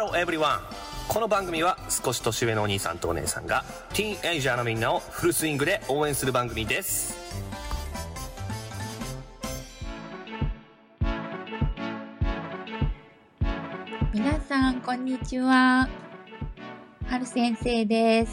Hello everyone。この番組は少し年上のお兄さんとお姉さんがティーンエイジャーのみんなをフルスイングで応援する番組です。 皆さんこんにちは、はる先生です。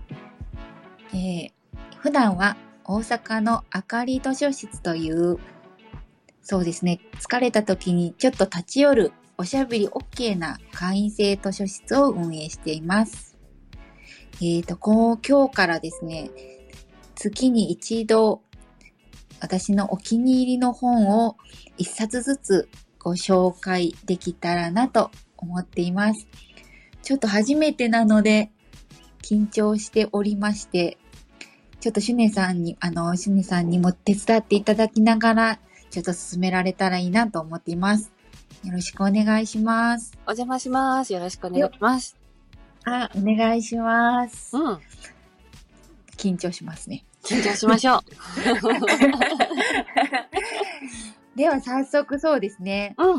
普段は大阪のあかり図書室という、そうですね、疲れた時にちょっと立ち寄るおしゃべり OK な会員制図書室を運営しています。今日からですね、月に一度私のお気に入りの本を一冊ずつご紹介できたらなと思っています。ちょっと初めてなので緊張しておりまして、ちょっとシュネさんにも手伝っていただきながら、ちょっと進められたらいいなと思っています。よろしくお願いします。 お邪魔します。よろしくお願いします。 お願いします。 うん。 緊張しますね。 緊張しましょう。 では早速そうですね。 うん。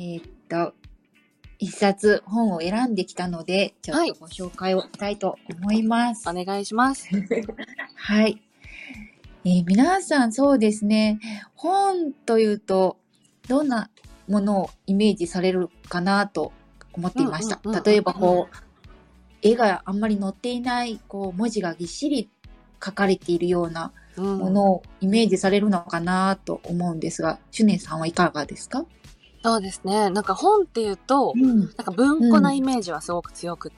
一冊本を選んできたので、ちょっとご紹介をしたいと思います。 お願いします。 はい。皆さんそうですね、本というとどんなものをイメージされるかなと思っていました。例えば絵があんまり載っていない文字がぎっしり書かれているようなものをイメージされるのかなと思うんですが、シュネさんはいかがですか？ そうですね。なんか本っていうと、なんか文庫なイメージはすごく強くって、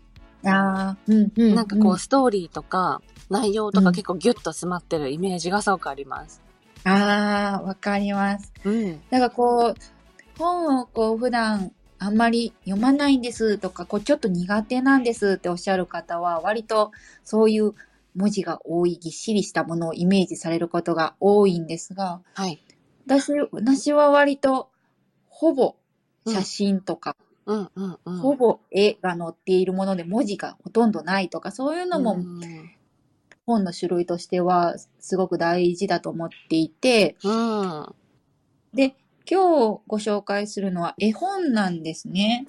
なんかストーリーとか内容とか結構ギュッと詰まってるイメージがすごくあります。 わかります。なんか本を普段あんまり読まないんですとか、ちょっと苦手なんですっておっしゃる方は、割とそういう文字が多い、ぎっしりしたものをイメージされることが多いんですが、 はい。 私は割とほぼ写真とか、ほぼ絵が載っているもので文字がほとんどないとか、そういうのも本の種類としてはすごく大事だと思っていて、で、今日ご紹介するのは絵本なんですね。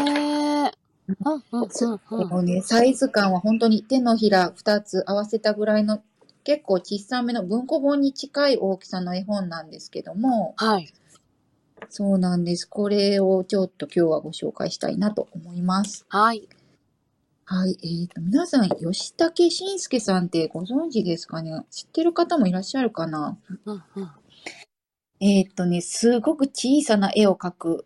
サイズ感は本当に手のひら2つ合わせたぐらいの結構小さめの文庫本に近い大きさの絵本なんですけども、 はい。 そうなんです。これをちょっと今日はご紹介したいなと思います。 はい。 はい。皆さん、吉武慎介さんってご存知ですかね？知ってる方もいらっしゃるかな？すごく小さな絵を描く、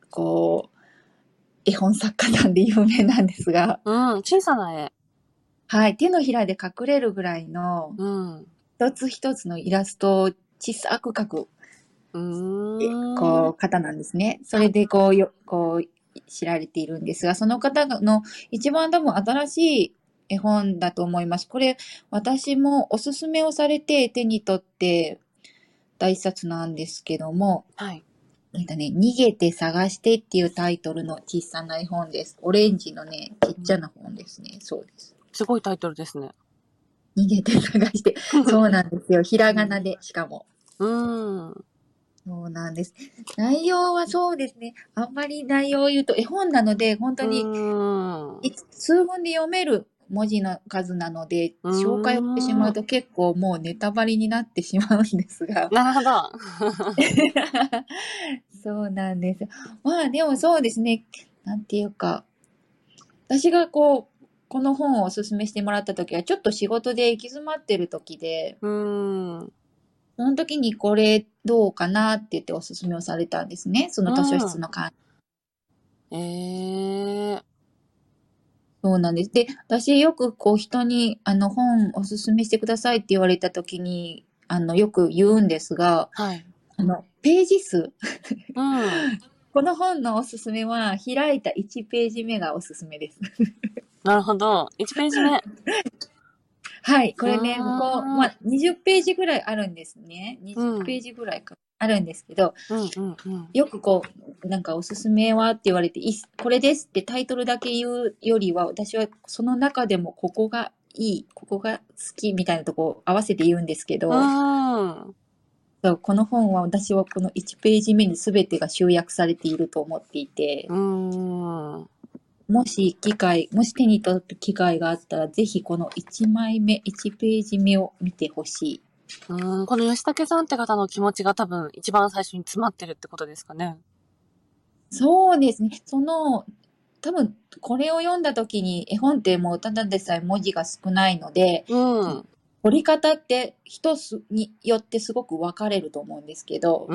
絵本作家なんで有名なんですが。 小さな絵。 はい。手のひらで隠れるぐらいの、一つ一つのイラストを小さく描く、方なんですね。それで知られているんですが、その方の一番多分新しい絵本だと思います。これ、私もおすすめをされて手に取って大冊なんですけども、 はい。 逃げて探してっていうタイトルの小さな絵本です。オレンジのね、ちっちゃな本ですね。そうです。 すごいタイトルですね。 逃げて探して。そうなんですよ。ひらがなで、しかも。そうなんです。内容はそうですね。あんまり内容を言うと絵本なので、本当に数分で読める文字の数なので、紹介をしてしまうと結構もうネタバレになってしまうんですが。 なるほど。 そうなんです。まあでもそうですね。なんていうか、私がこの本をおすすめしてもらった時は、ちょっと仕事で行き詰まってる時で、その時にこれどうかなって言っておすすめをされたんですね。その図書室の会。そうなんです。で、私よく人に本おすすめしてくださいって言われた時に、よく言うんですが、ページ数。この本のおすすめは開いた1ページ目がおすすめです。 なるほど。1ページ目。 はい。これね、20ページぐらいあるんですね。20ページぐらいあるんですけど、よくなんかおすすめはって言われて、これですってタイトルだけ言うよりは、私はその中でもここがいい、ここが好きみたいなとこを合わせて言うんですけど、そうこの本は私はこの1ページ目に全てが集約されていると思っていて、 もし手に取った機会があったら、ぜひこの1枚目、1ページ目を見てほしい。 この吉武さんって方の気持ちが多分一番最初に詰まってるってことですかね。 そうですね。多分これを読んだ時に、絵本ってもうただでさえ文字が少ないので、折り方って人によってすごく分かれると思うんですけど、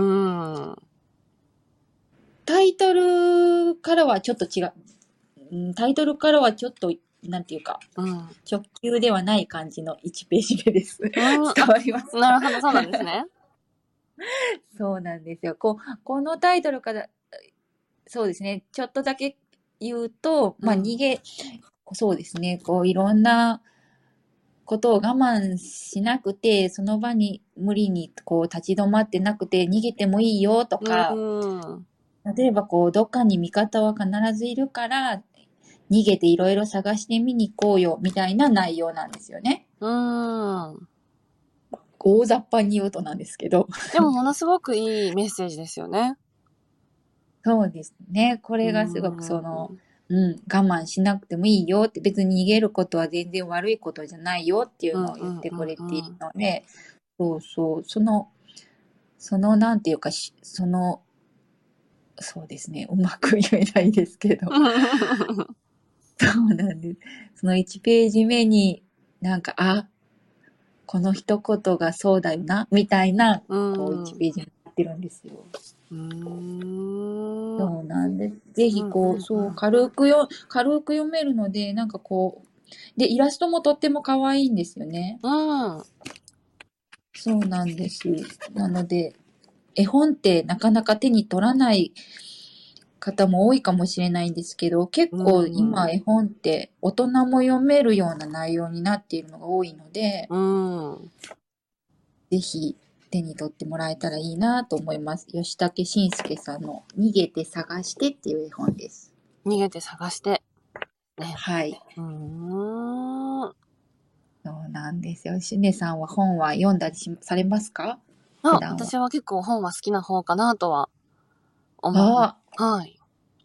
タイトルからはちょっと違う。タイトルからはちょっと、なんていうか、直球ではない感じの1ページ目です。伝わります。 なるほど、そうなんですね。 そうなんですよ。このタイトルから、そうですね、ちょっとだけ言うと、そうですね、いろんなことを我慢しなくて、その場に無理に立ち止まってなくて逃げてもいいよとか、例えばどっかに味方は必ずいるから、逃げていろいろ探してみに行こうよ、みたいな内容なんですよね。大雑把に言うとなんですけど。 でもものすごくいいメッセージですよね。 そうですね。これがすごく我慢しなくてもいいよって、別に逃げることは全然悪いことじゃないよっていうのを言ってくれているので、なんていうか、そうですね。うまく言えないですけど。そうなんです。その1ページ目にこの一言がそうだよな、みたいな、1ページになってるんですよ。そうなんです。ぜひ軽く読めるので、で、イラストもとっても可愛いんですよね。そうなんです。なので、絵本ってなかなか手に取らない方も多いかもしれないんですけど、結構今絵本って大人も読めるような内容になっているのが多いので、ぜひ手に取ってもらえたらいいなと思います。吉武慎介さんの逃げて探してっていう絵本です。 逃げて探して。 ね、はい。そうなんですよ。しねさんは本は読んだりされますか？ 私は結構本は好きな方かなとは思う。はい。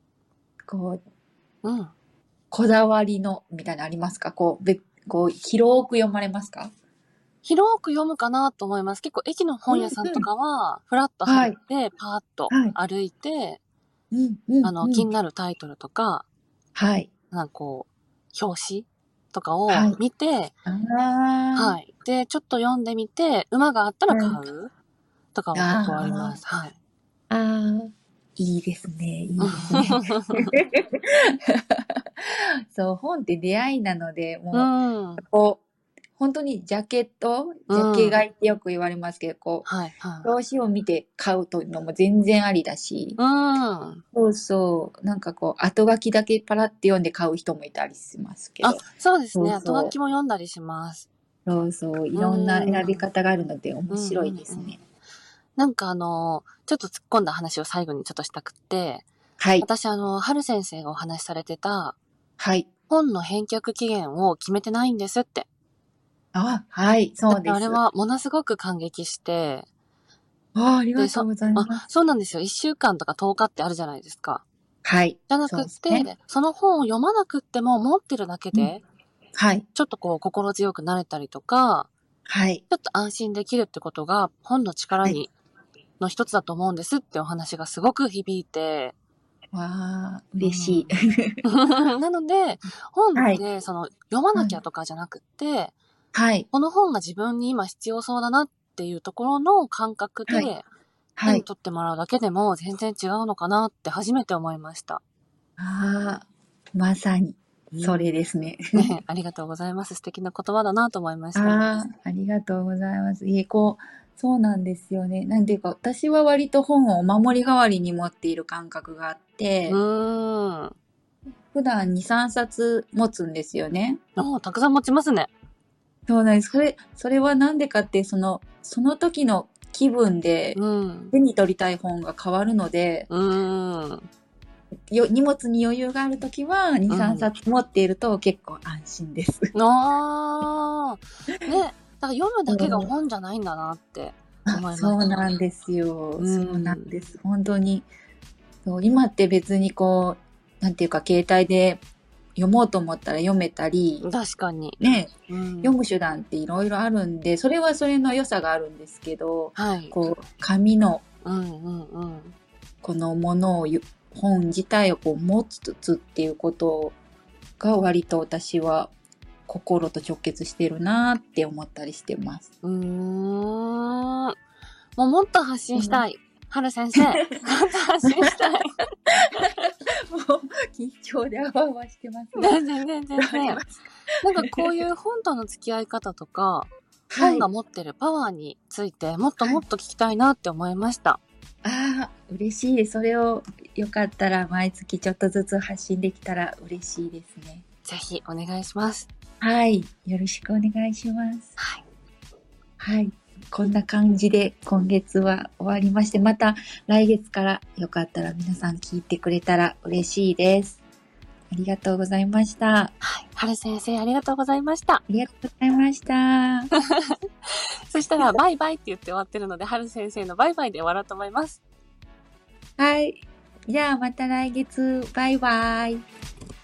こだわりのみたいなのありますか？広く読まれますか？ 広く読むかなと思います。結構駅の本屋さんとかは、フラッと入って、パーッと歩いて、気になるタイトルとか、表紙とかを見て、で、ちょっと読んでみて、馬があったら買うとかは結構あります。 いいですね。いいですね。そう、本って出会いなので、もう、本当にジャケ買いってよく言われますけど、表紙を見て買うというのも全然ありだし、後書きだけパラって読んで買う人もいたりしますけど。 そうですね。後書きも読んだりします。 いろんな選び方があるので面白いですね。 ちょっと突っ込んだ話を最後にちょっとしたくって、私春先生がお話しされてた、本の返却期限を決めてないんですって。 そうです。 あれはものすごく感激して、 ありがとうございます。 そうなんですよ。1週間とか10日ってあるじゃないですか。じゃなくって、その本を読まなくっても持ってるだけで、ちょっと心強くなれたりとか、ちょっと安心できるってことが本の力の一つだと思うんですってお話がすごく響いて。 嬉しい。 なので、本って読まなきゃとかじゃなくって、この本が自分に今必要そうだなっていうところの感覚で、手に取ってもらうだけでも全然違うのかなって初めて思いました。 まさに。それですね。 ありがとうございます。素敵な言葉だなと思いました。 ありがとうございます。そうなんですよね。なんていうか、私は割と本をお守り代わりに持っている感覚があって、普段2、3冊持つんですよね。 たくさん持ちますね。 そうなんです。それはなんでかって、その時の気分で手に取りたい本が変わるので、荷物に余裕があるときは2、3冊持っていると結構安心です。だから読むだけが本じゃないんだなって思います。 そうなんですよ。そうなんです。本当に。今って別になんていうか携帯で読もうと思ったら読めたり。 確かに。 ね、読む手段っていろいろあるんで、それはそれの良さがあるんですけど、 はい。 こう、紙の、このものを、本自体をこう持つっていうことが割と私は心と直結してるなって思ったりしてます。 もっと発信したい。春先生。もっと発信したい。もう緊張であわあわしてます。 全然。なんかこういう本との付き合い方とか、本が持ってるパワーについてもっともっと聞きたいなって思いました。 ああ、嬉しい。それをよかったら毎月ちょっとずつ発信できたら嬉しいですね。 ぜひお願いします。 はい。よろしくお願いします。 はい。 はい。こんな感じで今月は終わりまして、また来月からよかったら皆さん聞いてくれたら嬉しいです。ありがとうございました。 はい。春先生ありがとうございました。 ありがとうございました。 そしたらバイバイって言って終わってるので、春先生のバイバイで終わろうと思います。 はい。じゃあまた来月。バイバイ。